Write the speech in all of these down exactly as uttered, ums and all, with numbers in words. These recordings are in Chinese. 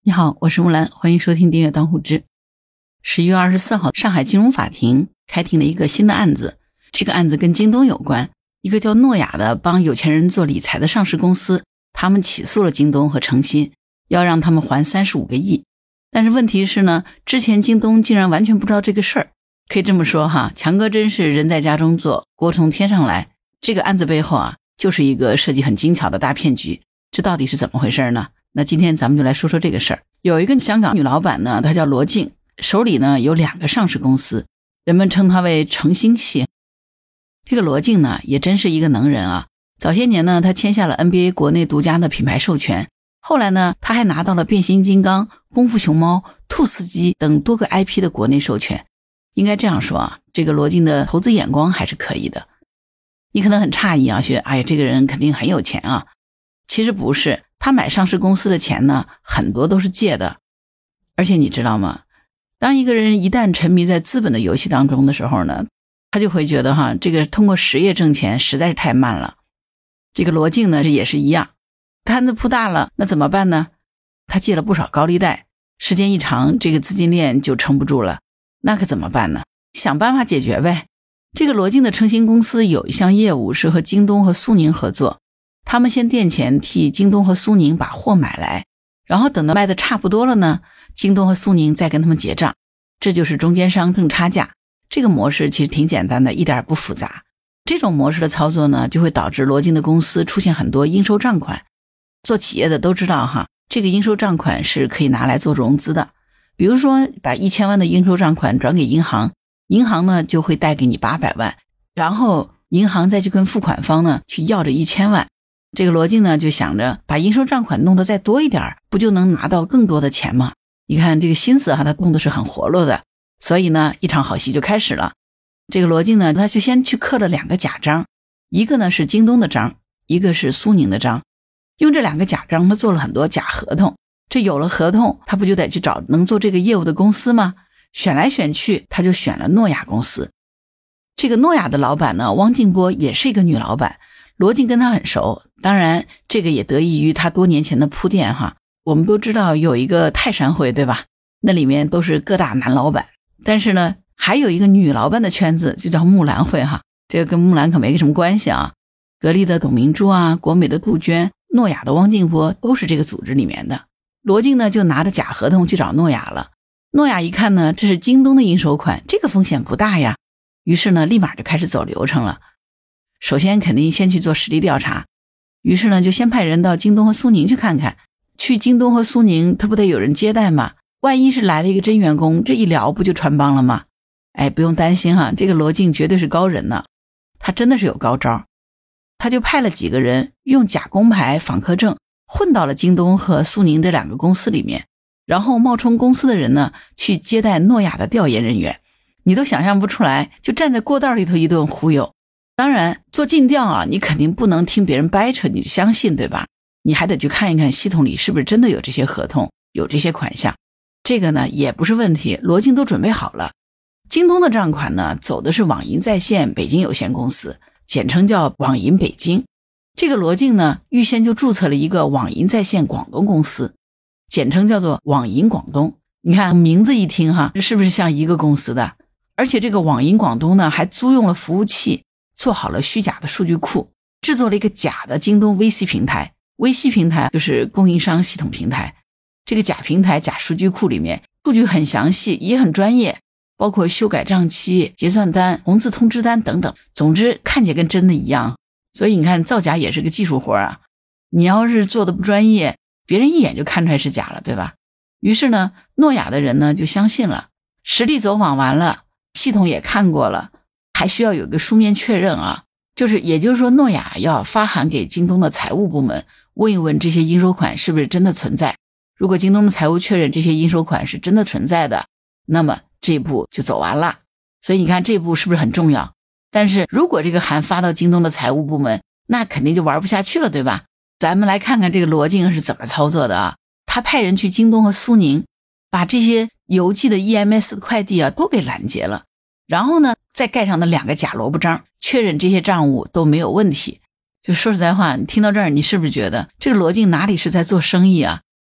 你好，我是木兰，欢迎收听订阅当户知。十一月二十四号，上海金融法庭开庭了一个新的案子，这个案子跟京东有关，一个叫诺亚的帮有钱人做理财的上市公司，他们起诉了京东和诚心，要让他们还三十五个亿。但是问题是呢，之前京东竟然完全不知道这个事儿。可以这么说哈，强哥真是人在家中坐，锅从天上来。这个案子背后啊，就是一个设计很精巧的大骗局。这到底是怎么回事呢？那今天咱们就来说说这个事儿。有一个香港女老板呢，她叫罗静，手里呢有两个上市公司，人们称她为诚心系。这个罗静呢也真是一个能人啊。早些年呢，她签下了 N B A 国内独家的品牌授权，后来呢，她还拿到了变形金刚、功夫熊猫、兔斯基等多个 I P 的国内授权。应该这样说啊，这个罗静的投资眼光还是可以的。你可能很诧异啊，觉得哎呀，这个人肯定很有钱啊。其实不是，他买上市公司的钱呢，很多都是借的。而且你知道吗？当一个人一旦沉迷在资本的游戏当中的时候呢，他就会觉得哈，这个通过实业挣钱实在是太慢了。这个罗静呢，这也是一样，摊子铺大了，那怎么办呢？他借了不少高利贷，时间一长，这个资金链就撑不住了，那可怎么办呢？想办法解决呗。这个罗静的诚心公司有一项业务是和京东和苏宁合作，他们先垫钱替京东和苏宁把货买来，然后等到卖的差不多了呢，京东和苏宁再跟他们结账，这就是中间商挣差价。这个模式其实挺简单的，一点也不复杂。这种模式的操作呢，就会导致罗静的公司出现很多应收账款。做企业的都知道哈，这个应收账款是可以拿来做融资的。比如说把一千万的应收账款转给银行，银行呢就会贷给你八百万，然后银行再去跟付款方呢去要这一千万。这个罗静呢就想着把应收账款弄得再多一点，不就能拿到更多的钱吗？你看这个心思哈，他动的是很活络的。所以呢，一场好戏就开始了。这个罗静呢，他就先去刻了两个假章，一个呢是京东的章，一个是苏宁的章。用这两个假章，他做了很多假合同。这有了合同，他不就得去找能做这个业务的公司吗？选来选去，他就选了诺亚公司。这个诺亚的老板呢，汪静波也是一个女老板，罗静跟她很熟。当然这个也得益于她多年前的铺垫哈。我们都知道有一个泰山会对吧，那里面都是各大男老板，但是呢还有一个女老板的圈子，就叫木兰会哈。这个跟木兰可没什么关系啊。格力的董明珠啊，国美的杜鹃，诺亚的汪静波都是这个组织里面的。罗静呢就拿着假合同去找诺亚了。诺亚一看呢，这是京东的应收款，这个风险不大呀，于是呢立马就开始走流程了。首先肯定先去做实地调查，于是呢就先派人到京东和苏宁去看看。去京东和苏宁他不得有人接待吗？万一是来了一个真员工，这一聊不就穿帮了吗？哎，不用担心哈，这个罗静绝对是高人呢，他真的是有高招。他就派了几个人用假工牌访客证混到了京东和苏宁这两个公司里面，然后冒充公司的人呢去接待诺亚的调研人员。你都想象不出来，就站在过道里头一顿忽悠。当然做尽调啊，你肯定不能听别人掰扯你就相信对吧，你还得去看一看系统里是不是真的有这些合同，有这些款项。这个呢也不是问题，罗静都准备好了。京东的账款呢走的是网银在线北京有限公司，简称叫网银北京。这个罗静呢预先就注册了一个网银在线广东公司，简称叫做网银广东。你看名字一听哈，是不是像一个公司的？而且这个网银广东呢还租用了服务器，做好了虚假的数据库，制作了一个假的京东 V C 平台。 V C 平台就是供应商系统平台。这个假平台假数据库里面数据很详细也很专业，包括修改账期、结算单、红字通知单等等，总之看起来跟真的一样。所以你看造假也是个技术活啊，你要是做的不专业，别人一眼就看出来是假了对吧？于是呢诺亚的人呢就相信了，实地走访完了，系统也看过了，还需要有一个书面确认啊，就是也就是说诺亚要发函给京东的财务部门，问一问这些应收款是不是真的存在。如果京东的财务确认这些应收款是真的存在的，那么这一步就走完了。所以你看这一步是不是很重要？但是如果这个函发到京东的财务部门，那肯定就玩不下去了对吧？咱们来看看这个罗静是怎么操作的啊。他派人去京东和苏宁，把这些邮寄的 E M S 的快递啊都给拦截了，然后呢再盖上那两个假萝卜章，确认这些账务都没有问题。就说实在话，你听到这儿，你是不是觉得这个罗静哪里是在做生意啊？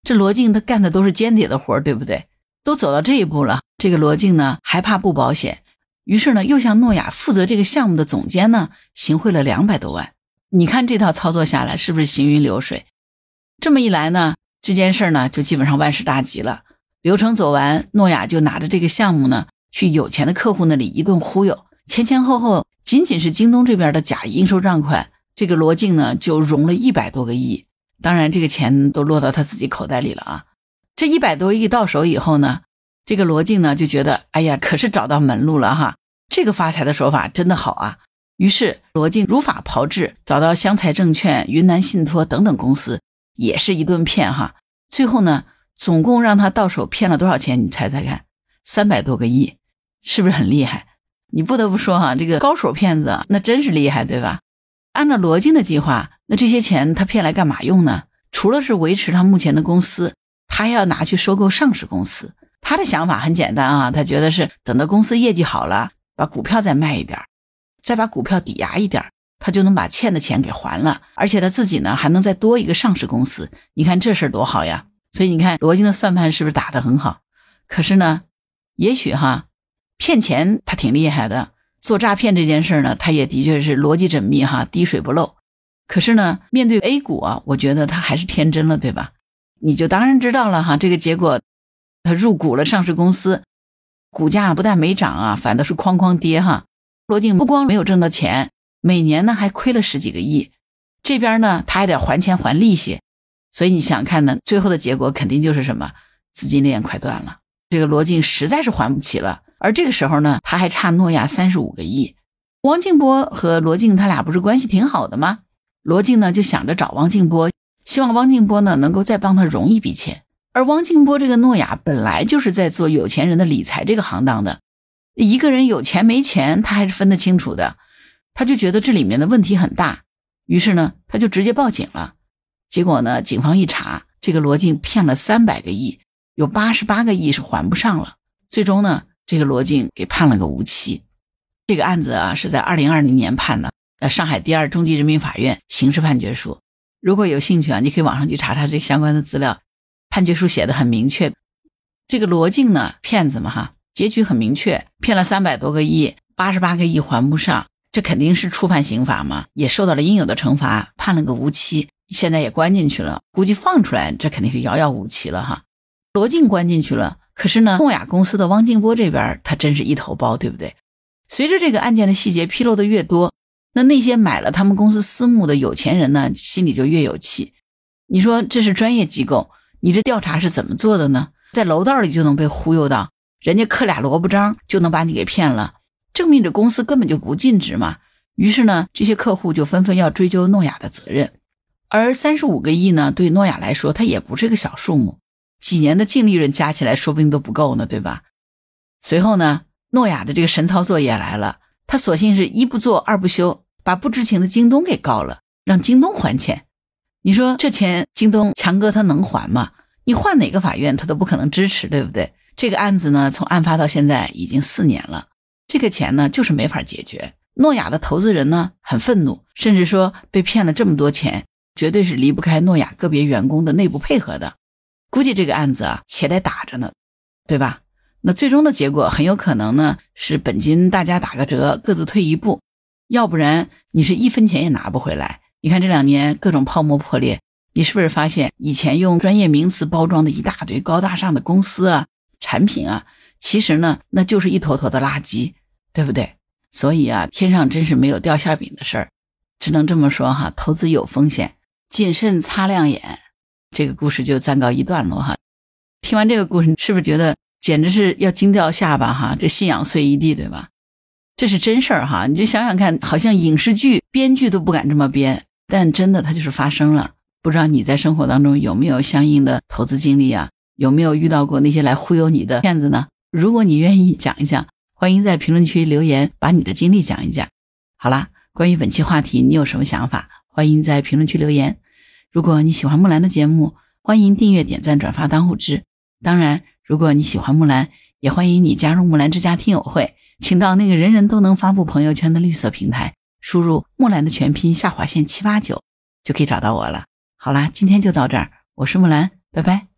这罗晋他干的都是间谍的活，对不对？都走到这一步了，这个罗晋呢还怕不保险，于是呢又向诺亚负责这个项目的总监呢行贿了两百多万。你看这套操作下来是不是行云流水？这么一来呢，这件事呢就基本上万事大吉了。流程走完，诺亚就拿着这个项目呢去有钱的客户那里一顿忽悠，前前后后仅仅是京东这边的假应收账款，这个罗晋呢就融了一百多个亿。当然这个钱都落到他自己口袋里了啊。这一百多亿到手以后呢，这个罗晋呢就觉得哎呀，可是找到门路了哈，这个发财的手法真的好啊。于是罗晋如法炮制，找到湘财证券、云南信托等等公司，也是一顿骗哈。最后呢总共让他到手骗了多少钱？你猜猜看，三百多个亿，是不是很厉害？你不得不说哈，这个高手骗子那真是厉害，对吧？按照罗晋的计划，那这些钱他骗来干嘛用呢？除了是维持他目前的公司，他还要拿去收购上市公司。他的想法很简单啊，他觉得是等到公司业绩好了，把股票再卖一点，再把股票抵押一点，他就能把欠的钱给还了，而且他自己呢还能再多一个上市公司。你看这事儿多好呀！所以你看罗晋的算盘是不是打得很好？可是呢，也许哈，骗钱他挺厉害的，做诈骗这件事呢，他也的确是逻辑缜密哈，滴水不漏。可是呢，面对 A 股啊，我觉得他还是天真了，对吧？你就当然知道了哈，这个结果他入股了上市公司，股价不但没涨啊，反倒是哐哐跌哈。罗晋不光没有挣到钱，每年呢还亏了十几个亿，这边呢他还得还钱还利息，所以你想看呢，最后的结果肯定就是什么？资金链快断了，这个罗晋实在是还不起了。而这个时候呢，他还差诺亚三十五个亿。汪静波和罗晋他俩不是关系挺好的吗？罗晋呢就想着找汪静波，希望汪静波呢能够再帮他融一笔钱。而汪静波这个诺亚本来就是在做有钱人的理财这个行当的，一个人有钱没钱他还是分得清楚的，他就觉得这里面的问题很大，于是呢他就直接报警了。结果呢警方一查，这个罗晋骗了三百个亿，有八十八个亿是还不上了。最终呢这个罗晋给判了个无期。这个案子啊是在二零二零年判的，呃，上海第二中级人民法院刑事判决书。如果有兴趣啊，你可以网上去查查这相关的资料，判决书写的很明确。这个罗晋呢骗子嘛哈，结局很明确，骗了三百多个亿，八十八个亿还不上，这肯定是触犯刑法嘛，也受到了应有的惩罚，判了个无期，现在也关进去了，估计放出来这肯定是遥遥无期了哈。罗晋关进去了，可是呢诺亚公司的汪静波这边他真是一头包，对不对？随着这个案件的细节披露的越多，那那些买了他们公司私募的有钱人呢心里就越有气。你说这是专业机构，你这调查是怎么做的呢？在楼道里就能被忽悠到，人家刻俩萝卜章就能把你给骗了，证明这公司根本就不尽职嘛。于是呢这些客户就纷纷要追究诺亚的责任。而三十五个亿呢对诺亚来说它也不是个小数目，几年的净利润加起来说不定都不够呢，对吧？随后呢诺亚的这个神操作也来了，他索性是一不做二不休，把不知情的京东给告了，让京东还钱。你说这钱京东强哥他能还吗？你换哪个法院他都不可能支持，对不对？这个案子呢从案发到现在已经四年了，这个钱呢就是没法解决。诺亚的投资人呢很愤怒，甚至说被骗了这么多钱绝对是离不开诺亚个别员工的内部配合的。估计这个案子啊且得打着呢，对吧？那最终的结果很有可能呢是本金大家打个折，各自退一步，要不然你是一分钱也拿不回来。你看这两年各种泡沫破裂，你是不是发现以前用专业名词包装的一大堆高大上的公司啊产品啊，其实呢那就是一坨坨的垃圾，对不对？所以啊天上真是没有掉馅饼的事儿，只能这么说哈，投资有风险，谨慎擦亮眼。这个故事就暂告一段落哈。听完这个故事是不是觉得简直是要惊掉下巴哈，这信仰碎一地，对吧？这是真事儿哈，你就想想看，好像影视剧编剧都不敢这么编，但真的它就是发生了。不知道你在生活当中有没有相应的投资经历啊？有没有遇到过那些来忽悠你的骗子呢？如果你愿意讲一讲，欢迎在评论区留言，把你的经历讲一讲。好啦，关于本期话题你有什么想法？欢迎在评论区留言。如果你喜欢木兰的节目，欢迎订阅、点赞、转发当护知。当然如果你喜欢木兰，也欢迎你加入木兰之家听友会，请到那个人人都能发布朋友圈的绿色平台，输入木兰的全拼下划线七八九就可以找到我了。好啦，今天就到这儿，我是木兰，拜拜。